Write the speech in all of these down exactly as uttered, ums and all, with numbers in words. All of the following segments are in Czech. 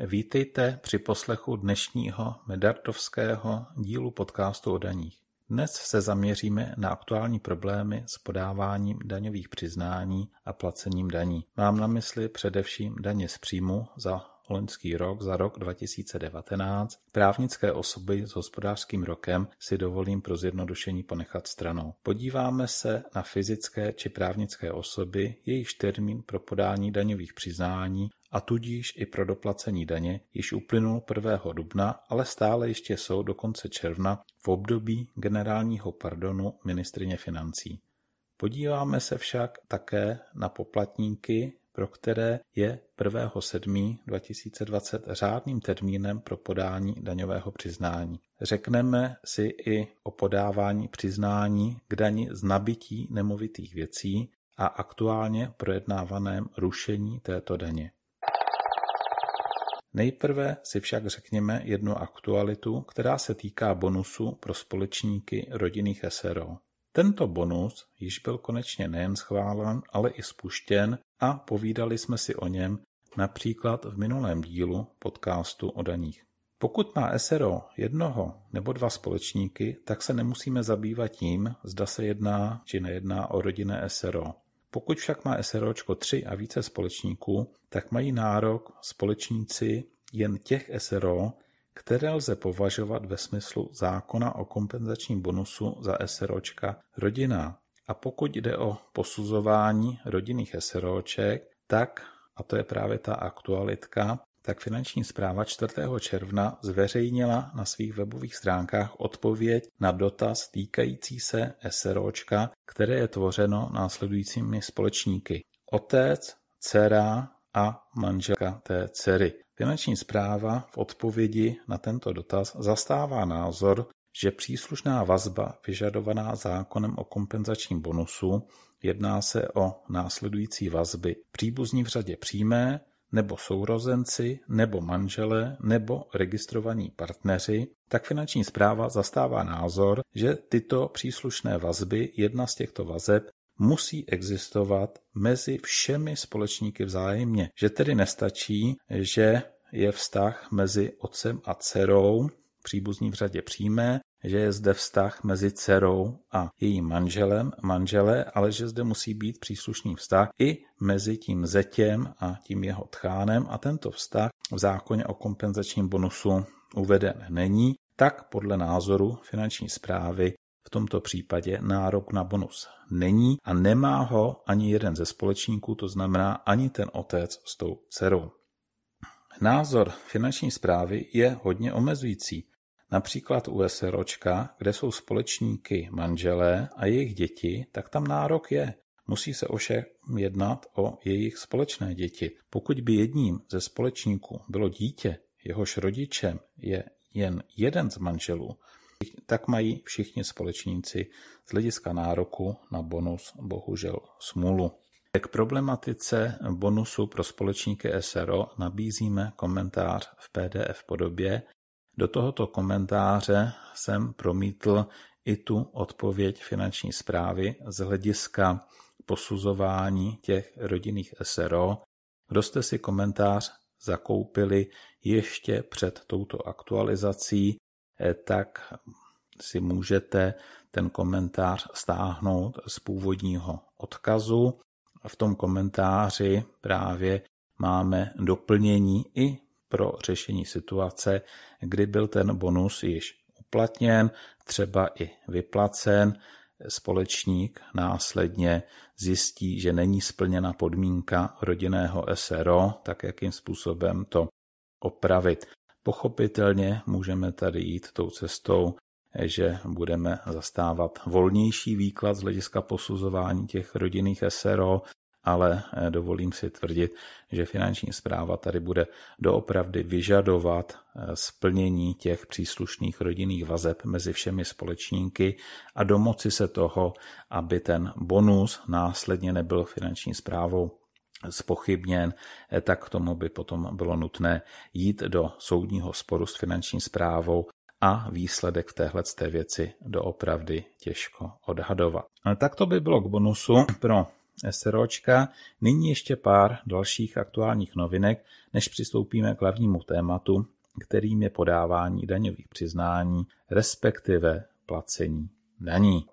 Vítejte při poslechu dnešního medardovského dílu podcastu o daních. Dnes se zaměříme na aktuální problémy s podáváním daňových přiznání a placením daní. Mám na mysli především daně z příjmu za loňský rok, za rok dva tisíce devatenáct. Právnické osoby s hospodářským rokem si dovolím pro zjednodušení ponechat stranou. Podíváme se na fyzické či právnické osoby, jejichž termín pro podání daňových přiznání a tudíž i pro doplacení daně již uplynul prvního dubna, ale stále ještě jsou do konce června v období generálního pardonu ministryně financí. Podíváme se však také na poplatníky, pro které je prvního sedmého dva tisíce dvacet řádným termínem pro podání daňového přiznání. Řekneme si i o podávání přiznání k dani z nabytí nemovitých věcí a aktuálně projednávaném rušení této daně. Nejprve si však řekněme jednu aktualitu, která se týká bonusu pro společníky rodinných es er ó. Tento bonus již byl konečně nejen schválen, ale i spuštěn a povídali jsme si o něm například v minulém dílu podcastu o daních. Pokud má es er ó jednoho nebo dva společníky, tak se nemusíme zabývat tím, zda se jedná či nejedná o rodinné es er ó. Pokud však má SROčko tři a více společníků, tak mají nárok společníci jen těch es er ó, které lze považovat ve smyslu zákona o kompenzačním bonusu za SROčka rodinná. A pokud jde o posuzování rodinných SROček, tak, a to je právě ta aktualitka, tak Finanční správa čtvrtého června zveřejnila na svých webových stránkách odpověď na dotaz týkající se SROčka, které je tvořeno následujícími společníky: otec, dcera a manželka té dcery. Finanční správa v odpovědi na tento dotaz zastává názor, že příslušná vazba vyžadovaná zákonem o kompenzačním bonusu, jedná se o následující vazby: příbuzní v řadě přímé, nebo sourozenci, nebo manželé, nebo registrovaní partneři, tak Finanční správa zastává názor, že tyto příslušné vazby, jedna z těchto vazeb, musí existovat mezi všemi společníky vzájemně. Že tedy nestačí, že je vztah mezi otcem a dcerou, příbuzní v řadě přímé, že je zde vztah mezi dcerou a jejím manželem, manžele, ale že zde musí být příslušný vztah i mezi tím zetěm a tím jeho tchánem a tento vztah v zákoně o kompenzačním bonusu uveden není, tak podle názoru Finanční správy v tomto případě nárok na bonus není a nemá ho ani jeden ze společníků, to znamená ani ten otec s tou dcerou. Názor Finanční správy je hodně omezující. Například u SROčka, kde jsou společníky manželé a jejich děti, tak tam nárok je. Musí se ovšem jednat o jejich společné děti. Pokud by jedním ze společníků bylo dítě, jehož rodičem je jen jeden z manželů, tak mají všichni společníci z hlediska nároku na bonus bohužel smůlu. K problematice bonusu pro společníky es er ó nabízíme komentář v pé dé ef podobě. Do tohoto komentáře jsem promítl i tu odpověď Finanční správy z hlediska posuzování těch rodinných es er ó. Kdo jste si komentář zakoupili ještě před touto aktualizací, tak si můžete ten komentář stáhnout z původního odkazu. V tom komentáři právě máme doplnění i pro řešení situace, kdy byl ten bonus již uplatněn, třeba i vyplacen. Společník následně zjistí, že není splněna podmínka rodinného es er ó, tak jakým způsobem to opravit. Pochopitelně můžeme tady jít tou cestou, že budeme zastávat volnější výklad z hlediska posuzování těch rodinných es er ó, ale dovolím si tvrdit, že Finanční správa tady bude doopravdy vyžadovat splnění těch příslušných rodinných vazeb mezi všemi společníky a domoci se toho, aby ten bonus následně nebyl Finanční správou zpochybněn, tak k tomu by potom bylo nutné jít do soudního sporu s Finanční správou a výsledek v téhleté věci doopravdy těžko odhadovat. Tak to by bylo k bonusu pro SROčka. Nyní ještě pár dalších aktuálních novinek, než přistoupíme k hlavnímu tématu, kterým je podávání daňových přiznání, respektive placení daní.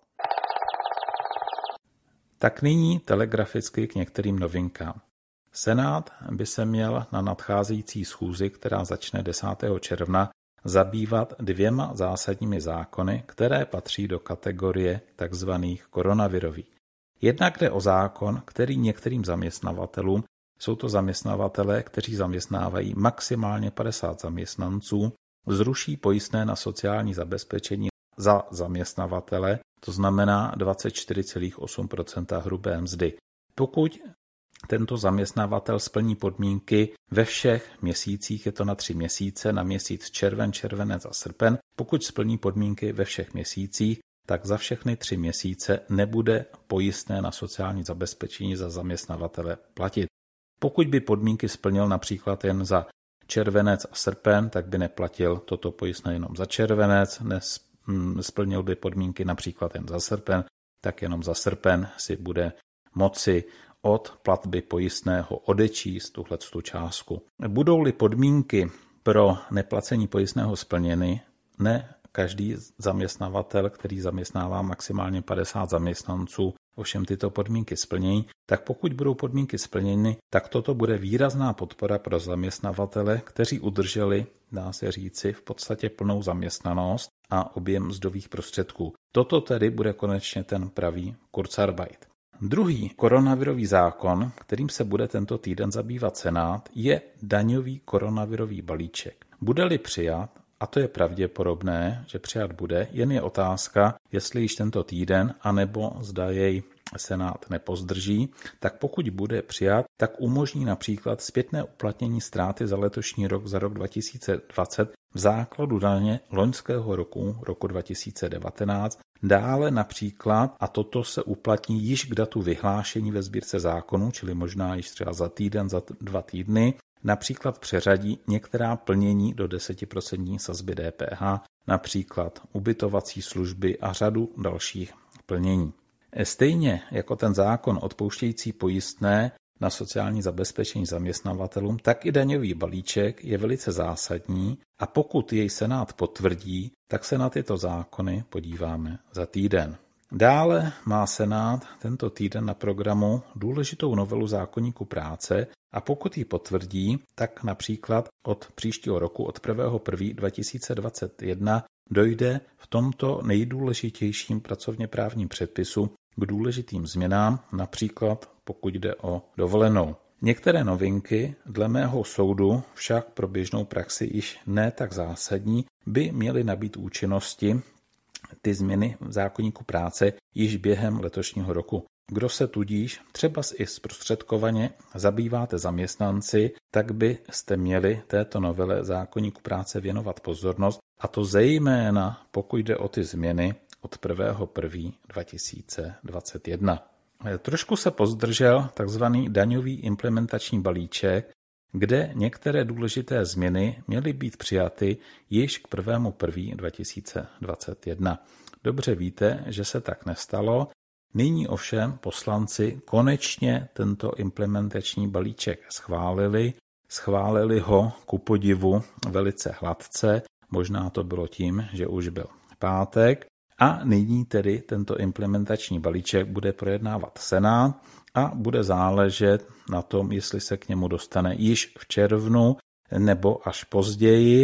Tak nyní telegraficky k některým novinkám. Senát by se měl na nadcházející schůzi, která začne desátého června, zabývat dvěma zásadními zákony, které patří do kategorie tzv. Koronavirových. Jednak jde o zákon, který některým zaměstnavatelům, jsou to zaměstnavatelé, kteří zaměstnávají maximálně padesát zaměstnanců, zruší pojistné na sociální zabezpečení za zaměstnavatele, to znamená dvacet čtyři celá osm procenta hrubé mzdy. Pokud tento zaměstnavatel splní podmínky ve všech měsících, je to na tři měsíce, na měsíc červen, červenec a srpen, pokud splní podmínky ve všech měsících, tak za všechny tři měsíce nebude pojistné na sociální zabezpečení za zaměstnavatele platit. Pokud by podmínky splnil například jen za červenec a srpen, tak by neplatil toto pojistné jenom za červenec, nesplnil by podmínky například jen za srpen, tak jenom za srpen si bude moci od platby pojistného odečíst tuhletu částku. Budou-li podmínky pro neplacení pojistného splněny, ne každý zaměstnavatel, který zaměstnává maximálně padesát zaměstnanců, ovšem tyto podmínky splnění, tak pokud budou podmínky splněny, tak toto bude výrazná podpora pro zaměstnavatele, kteří udrželi, dá se říci, v podstatě plnou zaměstnanost a objem mzdových prostředků. Toto tedy bude konečně ten pravý Kurzarbeit. Druhý koronavirový zákon, kterým se bude tento týden zabývat Senát, je daňový koronavirový balíček. Bude-li přijat, a to je pravděpodobné, že přijat bude, jen je otázka, jestli již tento týden, anebo zda jej Senát nepozdrží, tak pokud bude přijat, tak umožní například zpětné uplatnění ztráty za letošní rok, za rok dva tisíce dvacet v základu daně loňského roku, roku dva tisíce devatenáct, dále například, a toto se uplatní již k datu vyhlášení ve sbírce zákonů, čili možná již třeba za týden, za dva týdny, například přeřadí některá plnění do desetiprocentní sazby D P H, například ubytovací služby a řadu dalších plnění. Stejně jako ten zákon odpouštějící pojistné na sociální zabezpečení zaměstnavatelům, tak i daňový balíček je velice zásadní a pokud jej Senát potvrdí, tak se na tyto zákony podíváme za týden. Dále má Senát tento týden na programu důležitou novelu zákoníku práce a pokud ji potvrdí, tak například od příštího roku, od prvního prvního dva tisíce dvacet jedna, dojde v tomto nejdůležitějším pracovně právním předpisu k důležitým změnám, například pokud jde o dovolenou. Některé novinky, dle mého soudu však pro běžnou praxi již ne tak zásadní, by měly nabýt účinnosti ty změny v zákoníku práce již během letošního roku. Kdo se tudíž třeba i zprostředkovaně zabýváte zaměstnanci, tak byste měli této novele zákoníku práce věnovat pozornost, a to zejména pokud jde o ty změny od prvního prvního dva tisíce dvacet jedna. Trošku se pozdržel takzvaný daňový implementační balíček, kde některé důležité změny měly být přijaty již k prvního prvního dva tisíce dvacet jedna. Dobře víte, že se tak nestalo. Nyní ovšem poslanci konečně tento implementační balíček schválili. Schválili ho ku podivu velice hladce, možná to bylo tím, že už byl pátek. A nyní tedy tento implementační balíček bude projednávat Senát a bude záležet na tom, jestli se k němu dostane již v červnu nebo až později.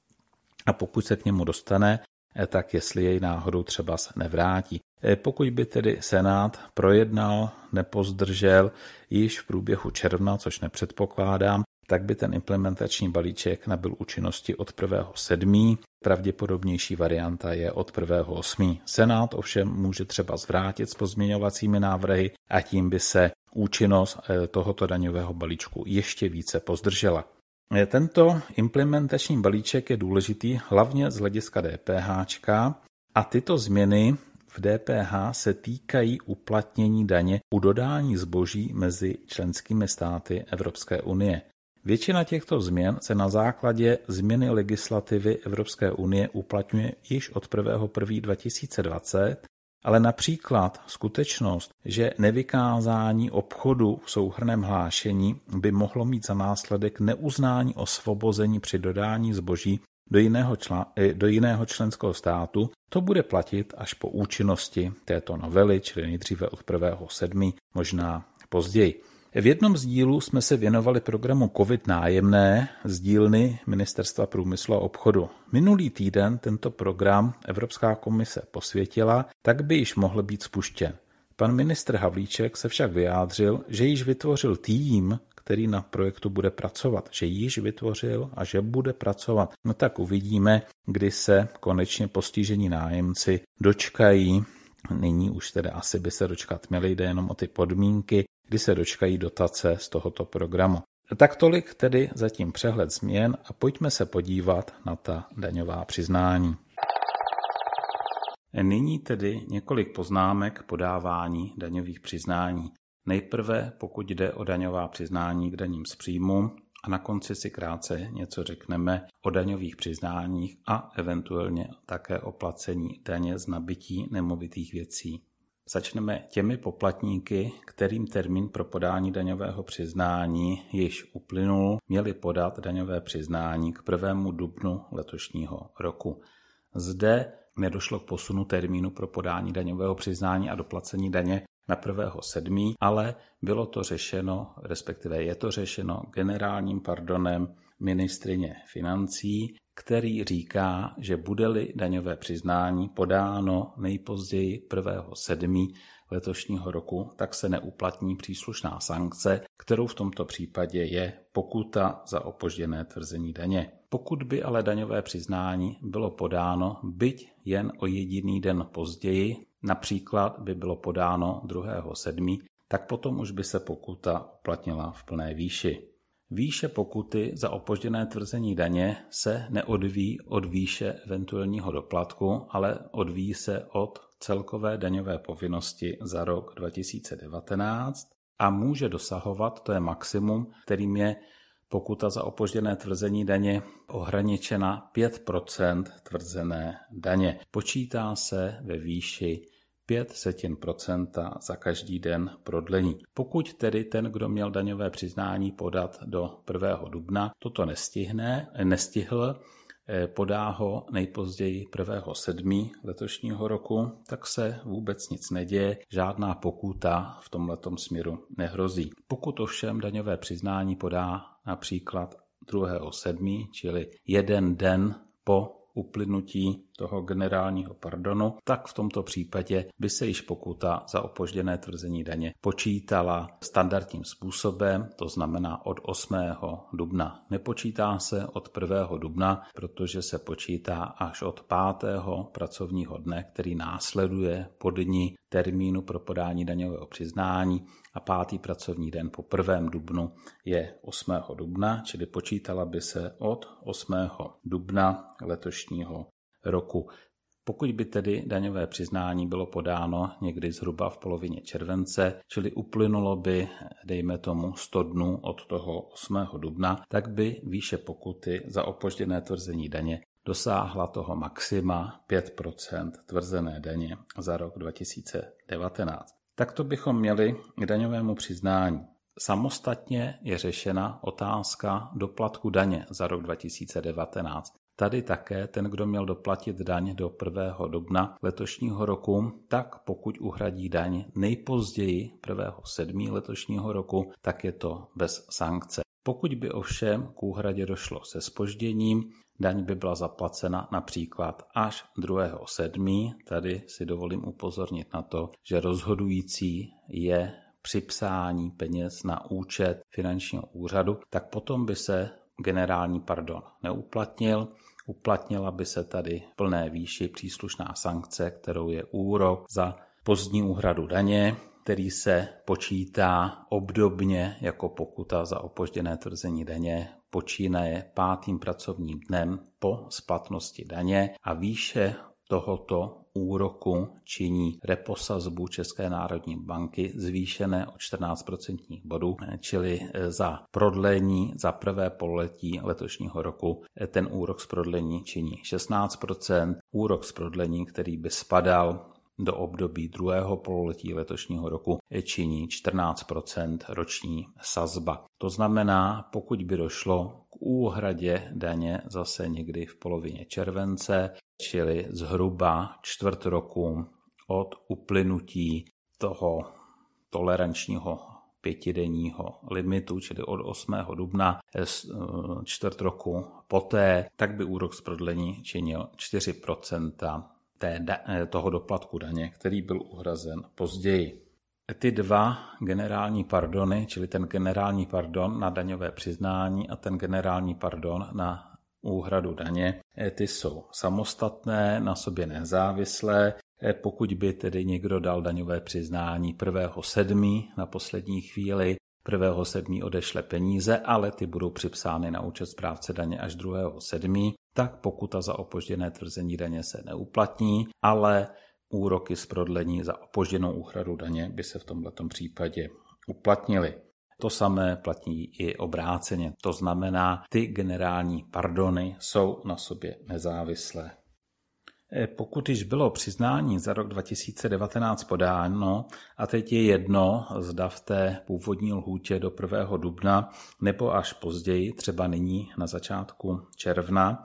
A pokud se k němu dostane, tak jestli jej náhodou třeba se nevrátí. Pokud by tedy Senát projednal, nepozdržel již v průběhu června, což nepředpokládám, tak by ten implementační balíček nabyl účinnosti od prvního sedmého Pravděpodobnější varianta je od prvního osmého Senát ovšem může třeba zvrátit s pozměňovacími návrhy a tím by se účinnost tohoto daňového balíčku ještě více pozdržela. Tento implementační balíček je důležitý hlavně z hlediska D P H a tyto změny v D P H se týkají uplatnění daně u dodání zboží mezi členskými státy Evropské unie. Většina těchto změn se na základě změny legislativy Evropské unie uplatňuje již od prvního prvního dva tisíce dvacet, Ale například skutečnost, že nevykázání obchodu v souhrnném hlášení by mohlo mít za následek neuznání osvobození při dodání zboží do jiného, čl- do jiného členského státu, to bude platit až po účinnosti této novely, čili nejdříve od prvního sedmého, možná později. V jednom z dílů jsme se věnovali programu COVID nájemné z dílny Ministerstva průmyslu a obchodu. Minulý týden tento program Evropská komise posvětila, tak by již mohl být spuštěn. Pan ministr Havlíček se však vyjádřil, že již vytvořil tým, který na projektu bude pracovat, že již vytvořil a že bude pracovat. No tak uvidíme, kdy se konečně postižení nájemci dočkají. Nyní už tedy asi by se dočkat měli, jde jenom o ty podmínky, kdy se dočkají dotace z tohoto programu. Tak tolik tedy zatím přehled změn a pojďme se podívat na ta daňová přiznání. Nyní tedy několik poznámek k podávání daňových přiznání. Nejprve, pokud jde o daňová přiznání k daním z příjmu, a na konci si krátce něco řekneme o daňových přiznáních a eventuálně také o placení daně z nabytí nemovitých věcí. Začneme těmi poplatníky, kterým termín pro podání daňového přiznání již uplynul, měli podat daňové přiznání k prvnímu dubnu letošního roku. Zde nedošlo k posunu termínu pro podání daňového přiznání a doplacení daně na prvního sedmého, ale bylo to řešeno, respektive je to řešeno generálním pardonem ministryně financí, který říká, že bude-li daňové přiznání podáno nejpozději prvního sedmého letošního roku, tak se neuplatní příslušná sankce, kterou v tomto případě je pokuta za opožděné tvrzení daně. Pokud by ale daňové přiznání bylo podáno byť jen o jediný den později, například by bylo podáno druhého sedmého, tak potom už by se pokuta uplatnila v plné výši. Výše pokuty za opožděné tvrzení daně se neodvíjí od výše eventuálního doplatku, ale odvíjí se od celkové daňové povinnosti za rok dva tisíce devatenáct a může dosahovat, to je maximum, kterým je pokuta za opožděné tvrzení daně ohraničena pět procent tvrzené daně. Počítá se ve výši pět setin procenta za každý den prodlení. Pokud tedy ten, kdo měl daňové přiznání podat do prvního dubna, toto nestihne, nestihl, podá ho nejpozději prvního sedmého letošního roku, tak se vůbec nic neděje, žádná pokuta v tomhletom směru nehrozí. Pokud ovšem daňové přiznání podá například druhého sedmého, čili jeden den po uplynutí toho generálního pardonu, tak v tomto případě by se již pokuta za opožděné tvrzení daně počítala standardním způsobem, to znamená od osmého dubna. Nepočítá se od prvního dubna, protože se počítá až od pátého pracovního dne, který následuje po dni termínu pro podání daňového přiznání, a pátý pracovní den po prvním dubnu je osmého dubna, čili počítala by se od osmého dubna letošního roku. Pokud by tedy daňové přiznání bylo podáno někdy zhruba v polovině července, čili uplynulo by, dejme tomu, sto dnů od toho osmého dubna, tak by výše pokuty za opožděné tvrzení daně dosáhla toho maxima pět procent tvrzené daně za rok dva tisíce devatenáct. Takto bychom měli k daňovému přiznání. Samostatně je řešena otázka doplatku daně za rok dva tisíce devatenáct. Tady také ten, kdo měl doplatit daň do prvního dubna letošního roku, tak pokud uhradí daň nejpozději prvního sedmého letošního roku, tak je to bez sankce. Pokud by ovšem k úhradě došlo se zpožděním, daň by byla zaplacena například až druhého sedmého Tady si dovolím upozornit na to, že rozhodující je připsání peněz na účet finančního úřadu, tak potom by se generální pardon neuplatnil. Uplatnila by se tady v plné výši příslušná sankce, kterou je úrok za pozdní úhradu daně, který se počítá obdobně jako pokuta za opožděné tvrzení daně, počínaje pátým pracovním dnem po splatnosti daně a výše tohoto úroku činí reposazbu České národní banky zvýšené o čtrnáct procentních bodů, čili za prodlení za prvé pololetí letošního roku ten úrok z prodlení činí šestnáct procent. Úrok z prodlení, který by spadal do období druhého pololetí letošního roku činí čtrnáct procent roční sazba. To znamená, pokud by došlo k úhradě daně zase někdy v polovině července, čili zhruba čtvrt roku od uplynutí toho tolerančního pětidenního limitu, čili od osmého dubna čtvrt roku poté, tak by úrok z prodlení činil čtyři procenta té, toho doplatku daně, který byl uhrazen později. Ty dva generální pardony, čili ten generální pardon na daňové přiznání a ten generální pardon na úhradu daně, ty jsou samostatné, na sobě nezávislé. Pokud by tedy někdo dal daňové přiznání prvního sedmého na poslední chvíli, prvního sedmého odešle peníze, ale ty budou připsány na účet správce daně až druhého sedmého tak pokuta za opožděné tvrzení daně se neuplatní, ale úroky z prodlení za opožděnou úhradu daně by se v tomto případě uplatnily. To samé platí i obráceně. To znamená, ty generální pardony jsou na sobě nezávislé. Pokud již bylo přiznání za rok dva tisíce devatenáct podáno a teď je jedno, zda v té původní lhůtě do prvního dubna nebo až později, třeba nyní na začátku června,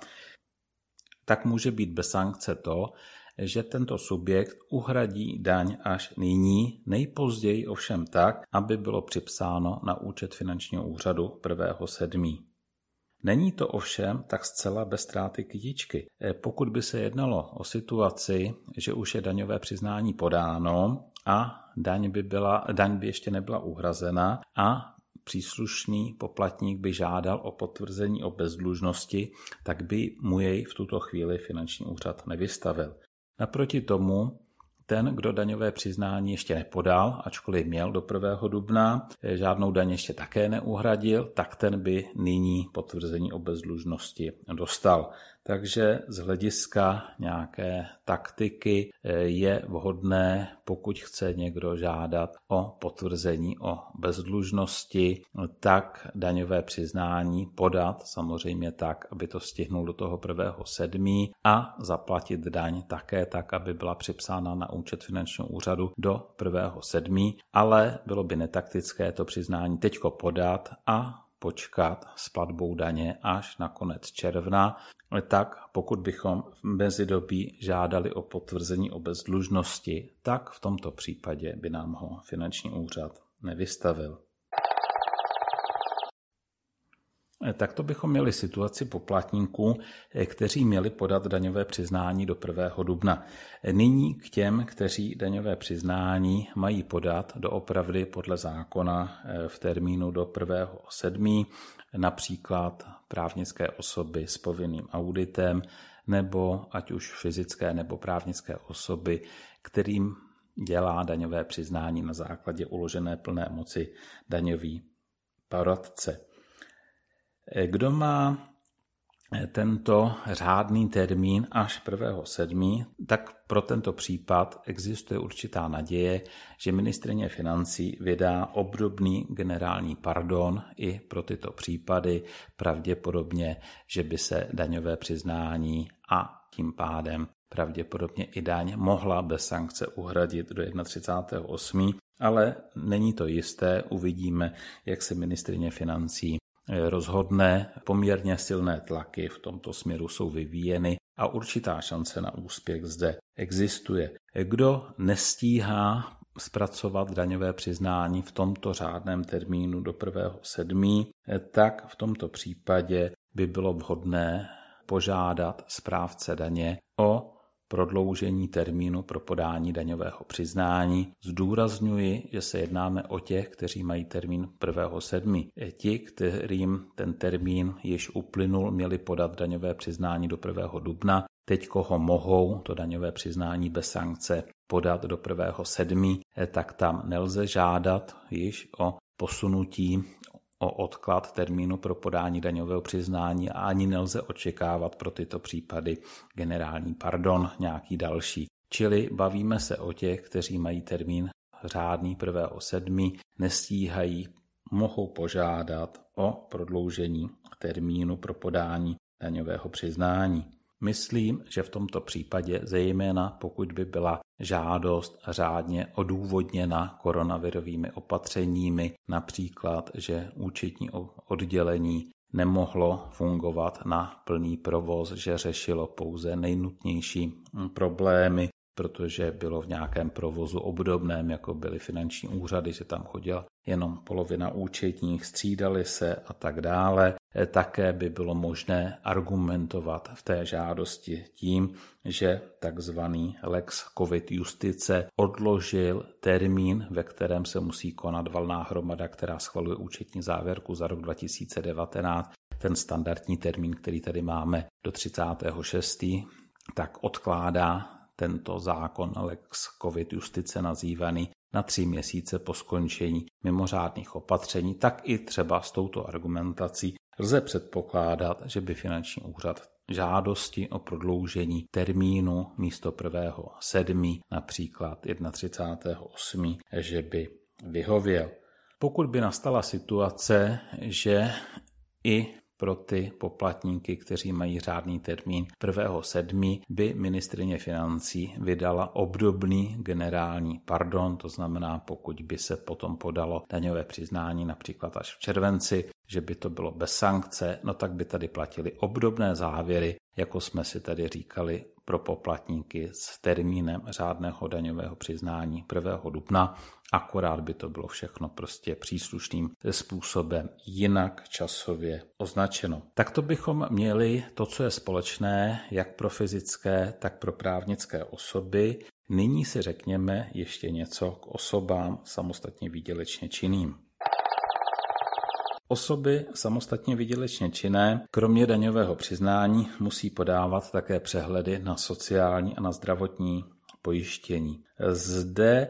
tak může být bez sankce to, že tento subjekt uhradí daň až nyní, nejpozději ovšem tak, aby bylo připsáno na účet finančního úřadu prvního sedmého Není to ovšem tak zcela bez ztráty kytičky. Pokud by se jednalo o situaci, že už je daňové přiznání podáno a daň by, byla, daň by ještě nebyla uhrazena a příslušný poplatník by žádal o potvrzení o bezdlužnosti, tak by mu jej v tuto chvíli finanční úřad nevystavil. Naproti tomu ten, kdo daňové přiznání ještě nepodal, ačkoliv měl do prvního dubna, žádnou daň ještě také neuhradil, tak ten by nyní potvrzení o bezdlužnosti dostal. Takže z hlediska nějaké taktiky je vhodné, pokud chce někdo žádat o potvrzení o bezdlužnosti, tak daňové přiznání podat samozřejmě tak, aby to stihnul do toho prvního sedmého a zaplatit daň také tak, aby byla připsána na účet finančního úřadu do prvního sedmého ale bylo by netaktické to přiznání teďko podat a počkat s platbou daně až na konec června, tak pokud bychom v mezidobí žádali o potvrzení o bezdlužnosti, tak v tomto případě by nám ho finanční úřad nevystavil. Takto bychom měli situaci poplatníků, kteří měli podat daňové přiznání do prvního dubna. Nyní k těm, kteří daňové přiznání mají podat doopravdy podle zákona v termínu do prvního sedmého například právnické osoby s povinným auditem nebo ať už fyzické nebo právnické osoby, kterým dělá daňové přiznání na základě uložené plné moci daňový poradce. Kdo má tento řádný termín až prvního sedmého tak pro tento případ existuje určitá naděje, že ministryně financí vydá obdobný generální pardon i pro tyto případy, pravděpodobně, že by se daňové přiznání a tím pádem pravděpodobně i daň mohla bez sankce uhradit do třicátého prvního osmého ale není to jisté, uvidíme, jak se ministryně financí rozhodne. Poměrně silné tlaky v tomto směru jsou vyvíjeny a určitá šance na úspěch zde existuje. Kdo nestíhá zpracovat daňové přiznání v tomto řádném termínu do prvního sedmého tak v tomto případě by bylo vhodné požádat správce daně o prodloužení termínu pro podání daňového přiznání. Zdůrazňuji, že se jednáme o těch, kteří mají termín prvního sedmého Ti, kterým ten termín již uplynul, měli podat daňové přiznání do prvního dubna. Teď, koho mohou to daňové přiznání bez sankce podat do prvního sedmého tak tam nelze žádat již o posunutí o odklad termínu pro podání daňového přiznání a ani nelze očekávat pro tyto případy generální pardon nějaký další. Čili bavíme se o těch, kteří mají termín řádný prvního sedmého nestíhají, mohou požádat o prodloužení termínu pro podání daňového přiznání. Myslím, že v tomto případě, zejména pokud by byla žádost řádně odůvodněna koronavirovými opatřeními, například, že účetní oddělení nemohlo fungovat na plný provoz, že řešilo pouze nejnutnější problémy, protože bylo v nějakém provozu obdobném, jako byly finanční úřady, že tam chodila jenom polovina účetních, střídali se a tak dále. Také by bylo možné argumentovat v té žádosti tím, že takzvaný lex covid justice odložil termín, ve kterém se musí konat valná hromada, která schvaluje účetní závěrku za rok dva tisíce devatenáct. Ten standardní termín, který tady máme do třicátého šestého tak odkládá tento zákon lex covid justice nazývaný na tři měsíce po skončení mimořádných opatření, tak i třeba s touto argumentací lze předpokládat, že by finanční úřad žádosti o prodloužení termínu místo prvního sedmého například třicátého prvního osmého že by vyhověl. Pokud by nastala situace, že i pro ty poplatníky, kteří mají řádný termín prvního sedmého by ministryně financí vydala obdobný generální pardon, to znamená, pokud by se potom podalo daňové přiznání například až v červenci, že by to bylo bez sankce, no tak by tady platily obdobné závěry, jako jsme si tady říkali pro poplatníky s termínem řádného daňového přiznání prvního dubna, akorát by to bylo všechno prostě příslušným způsobem jinak časově označeno. Takto bychom měli to, co je společné, jak pro fyzické, tak pro právnické osoby. Nyní si řekněme ještě něco k osobám samostatně výdělečně činným. Osoby samostatně výdělečně činné, kromě daňového přiznání, musí podávat také přehledy na sociální a na zdravotní pojištění. Zde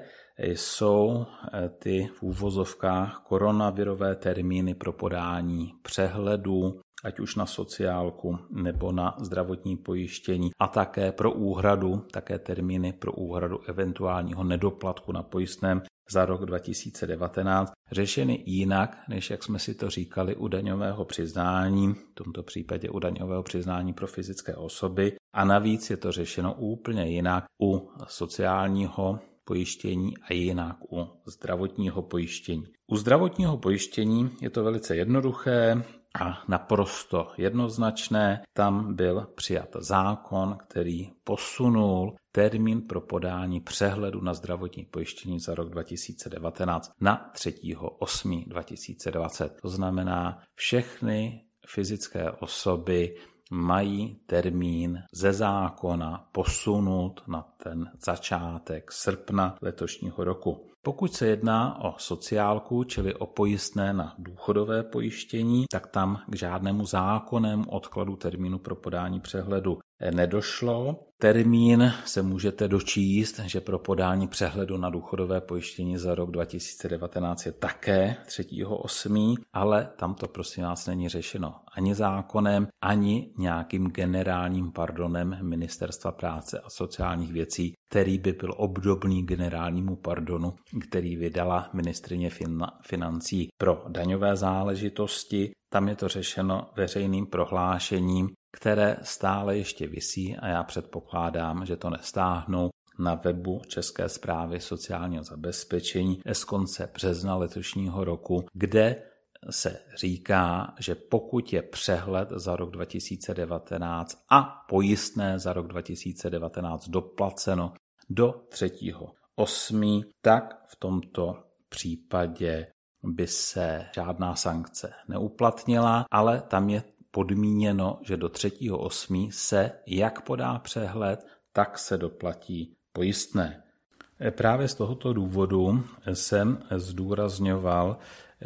jsou ty v úvozovkách koronavirové termíny pro podání přehledů, ať už na sociálku nebo na zdravotní pojištění a také pro úhradu, také termíny pro úhradu eventuálního nedoplatku na pojistném za rok dva tisíce devatenáct, řešeny jinak, než jak jsme si to říkali u daňového přiznání, v tomto případě u daňového přiznání pro fyzické osoby, a navíc je to řešeno úplně jinak u sociálního pojištění a jinak u zdravotního pojištění. U zdravotního pojištění je to velice jednoduché a naprosto jednoznačné. Tam byl přijat zákon, který posunul termín pro podání přehledu na zdravotní pojištění za rok dva tisíce devatenáct na třetího osmého dva tisíce dvacet. To znamená, všechny fyzické osoby mají termín ze zákona posunut na ten začátek srpna letošního roku. Pokud se jedná o sociálku, čili o pojistné na důchodové pojištění, tak tam k žádnému zákonnému odkladu termínu pro podání přehledu nedošlo. Termín se můžete dočíst, že pro podání přehledu na důchodové pojištění za rok dva tisíce devatenáct je také třetího osmého ale tam to prosím vás není řešeno ani zákonem, ani nějakým generálním pardonem Ministerstva práce a sociálních věcí, který by byl obdobný generálnímu pardonu, který vydala ministryně financí pro daňové záležitosti. Tam je to řešeno veřejným prohlášením, které stále ještě visí a já předpokládám, že to nestáhnou na webu České správy sociálního zabezpečení z konce března letošního roku, kde se říká, že pokud je přehled za rok dva tisíce devatenáct a pojistné za rok dva tisíce devatenáct doplaceno do třetího osmého tak v tomto případě by se žádná sankce neuplatnila, ale tam je podmíněno, že do třetího osmého se jak podá přehled, tak se doplatí pojistné. Právě z tohoto důvodu jsem zdůrazňoval,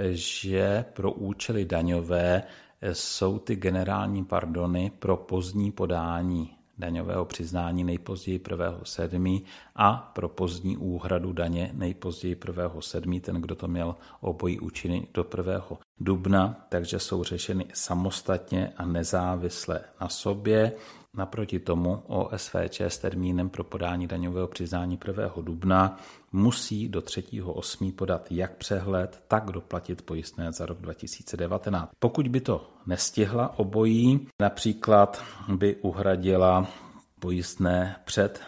že pro účely daňové jsou ty generální pardony pro pozdní podání daňového přiznání nejpozději prvního sedmého a pro pozdní úhradu daně nejpozději prvního sedmého ten, kdo to měl obojí účinný do prvního dubna, takže jsou řešeny samostatně a nezávisle na sobě. Naproti tomu O S V Č s termínem pro podání daňového přiznání prvního dubna musí do třetího osmého podat jak přehled, tak doplatit pojistné za rok dva tisíce devatenáct. Pokud by to nestihla obojí, například by uhradila pojistné před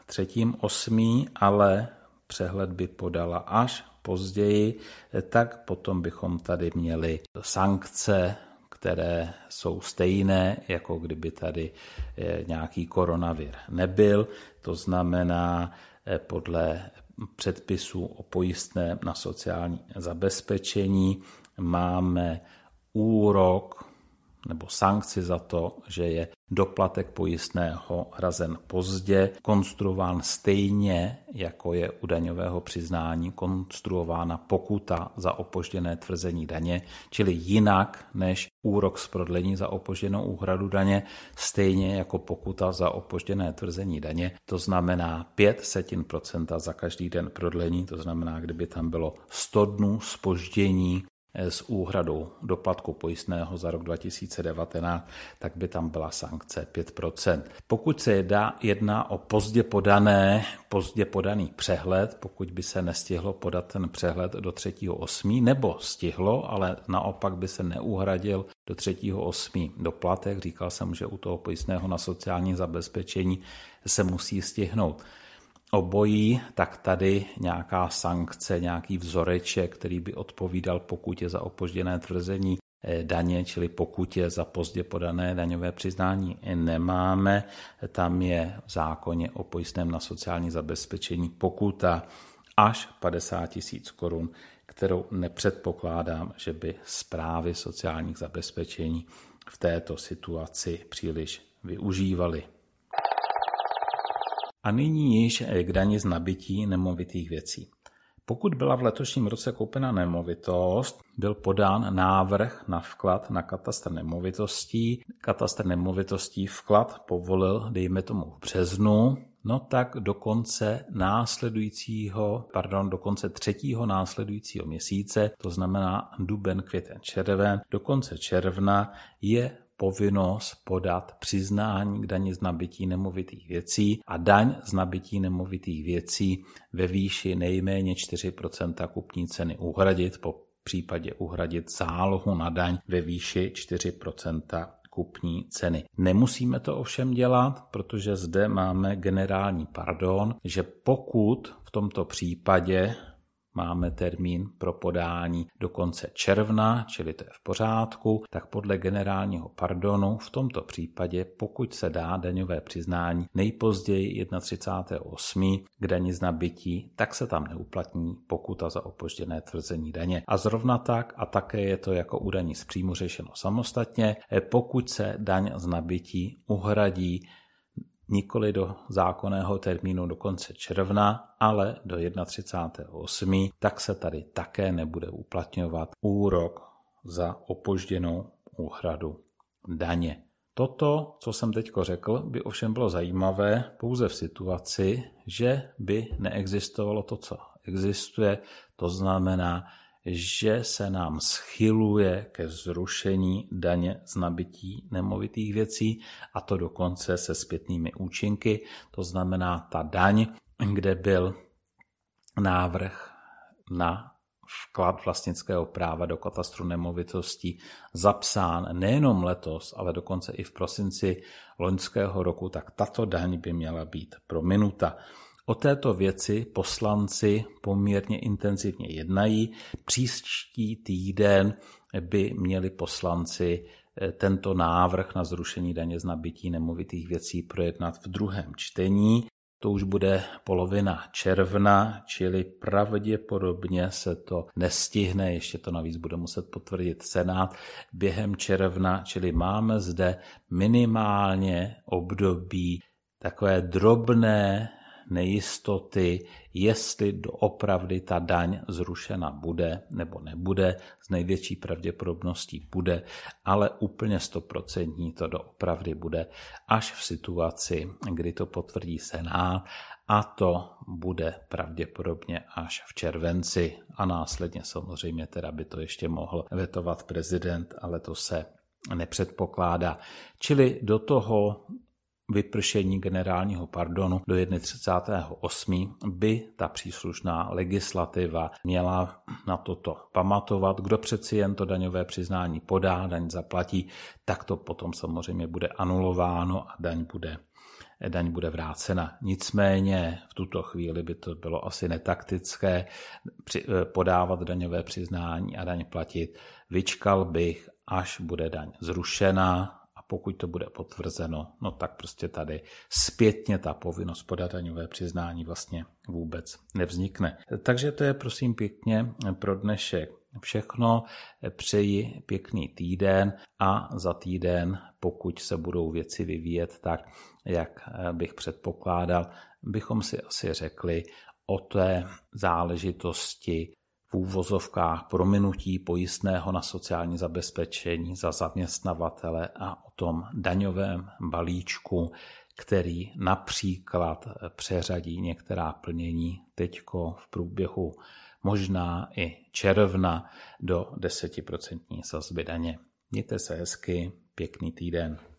třetím osmý, ale přehled by podala až později, tak potom bychom tady měli sankce, které jsou stejné, jako kdyby tady nějaký koronavir nebyl. To znamená, podle předpisů o pojistném na sociální zabezpečení máme úrok nebo sankci za to, že je doplatek pojistného hrazen pozdě, konstruován stejně, jako je u daňového přiznání konstruována pokuta za opožděné tvrzení daně, čili jinak než úrok z prodlení za opožděnou úhradu daně, stejně jako pokuta za opožděné tvrzení daně. To znamená pět setin procenta za každý den prodlení, to znamená, kdyby tam bylo sto dnů zpoždění s úhradou doplatku pojistného za rok dva tisíce devatenáct, tak by tam byla sankce pět procent. Pokud se jedná, jedná o pozdě podané, pozdě podaný přehled, pokud by se nestihlo podat ten přehled do třetího osmého, nebo stihlo, ale naopak by se neuhradil do třetího osmého doplatek, říkal jsem, že u toho pojistného na sociální zabezpečení se musí stihnout obojí, tak tady nějaká sankce, nějaký vzoreček, který by odpovídal pokutě za opožděné tvrzení daně, čili pokutě za pozdě podané daňové přiznání nemáme. Tam je v zákoně o pojistném na sociální zabezpečení pokuta až padesát tisíc korun, kterou nepředpokládám, že by správy sociálních zabezpečení v této situaci příliš využívaly. A nyní již k dani z nabytí nemovitých věcí. Pokud byla v letošním roce koupena nemovitost, byl podán návrh na vklad na katastr nemovitostí. Katastr nemovitostí vklad povolil, dejme tomu v březnu, no tak do konce následujícího, pardon, do konce třetího následujícího měsíce, to znamená duben, květen, červen, do konce června je povinnost podat přiznání k dani z nabytí nemovitých věcí a daň z nabytí nemovitých věcí ve výši nejméně čtyři procenta kupní ceny uhradit, po případě uhradit zálohu na daň ve výši čtyři procenta kupní ceny. Nemusíme to ovšem dělat, protože zde máme generální pardon, že pokud v tomto případě máme termín pro podání do konce června, čili to je v pořádku, tak podle generálního pardonu v tomto případě, pokud se dá daňové přiznání nejpozději třicátého osmého k dani z nabytí, tak se tam neuplatní pokuta za opožděné tvrzení daně. A zrovna tak, a také je to jako u daní z příjmu řešeno samostatně, pokud se daň z nabytí uhradí nikoli do zákonného termínu do konce června, ale do třicátého prvního osmého tak se tady také nebude uplatňovat úrok za opožděnou úhradu daně. Toto, co jsem teď řekl, by ovšem bylo zajímavé pouze v situaci, že by neexistovalo to, co existuje, to znamená, že se nám schyluje ke zrušení daně z nabytí nemovitých věcí, a to dokonce se zpětnými účinky. To znamená ta daň, kde byl návrh na vklad vlastnického práva do katastru nemovitostí zapsán nejenom letos, ale dokonce i v prosinci loňského roku, tak tato daň by měla být prominuta. O této věci poslanci poměrně intenzivně jednají. Příští týden by měli poslanci tento návrh na zrušení daně z nabytí nemovitých věcí projednat v druhém čtení. To už bude polovina června, čili pravděpodobně se to nestihne, ještě to navíc bude muset potvrdit Senát během června, čili máme zde minimálně období takové drobné nejistoty, jestli doopravdy ta daň zrušena bude nebo nebude, s největší pravděpodobností bude, ale úplně stoprocentní to doopravdy bude až v situaci, kdy to potvrdí Senát, a to bude pravděpodobně až v červenci a následně samozřejmě teda by to ještě mohl vetovat prezident, ale to se nepředpokládá. Čili do toho vypršení generálního pardonu do třicátého prvního osmého by ta příslušná legislativa měla na toto pamatovat. Kdo přeci jen to daňové přiznání podá, daň zaplatí, tak to potom samozřejmě bude anulováno a daň bude daň bude vrácena. Nicméně v tuto chvíli by to bylo asi netaktické podávat daňové přiznání a daň platit. Vyčkal bych, až bude daň zrušena, a pokud to bude potvrzeno, no tak prostě tady zpětně ta povinnost podat daňové přiznání vlastně vůbec nevznikne. Takže to je prosím pěkně pro dnešek všechno. Přeji pěkný týden a za týden, pokud se budou věci vyvíjet tak, jak bych předpokládal, bychom si asi řekli o té záležitosti v úvozovkách prominutí pojistného na sociální zabezpečení za zaměstnavatele a o tom daňovém balíčku, který například přeřadí některá plnění teďko v průběhu možná i června do desetiprocentní sazby daně. Mějte se hezky, pěkný týden.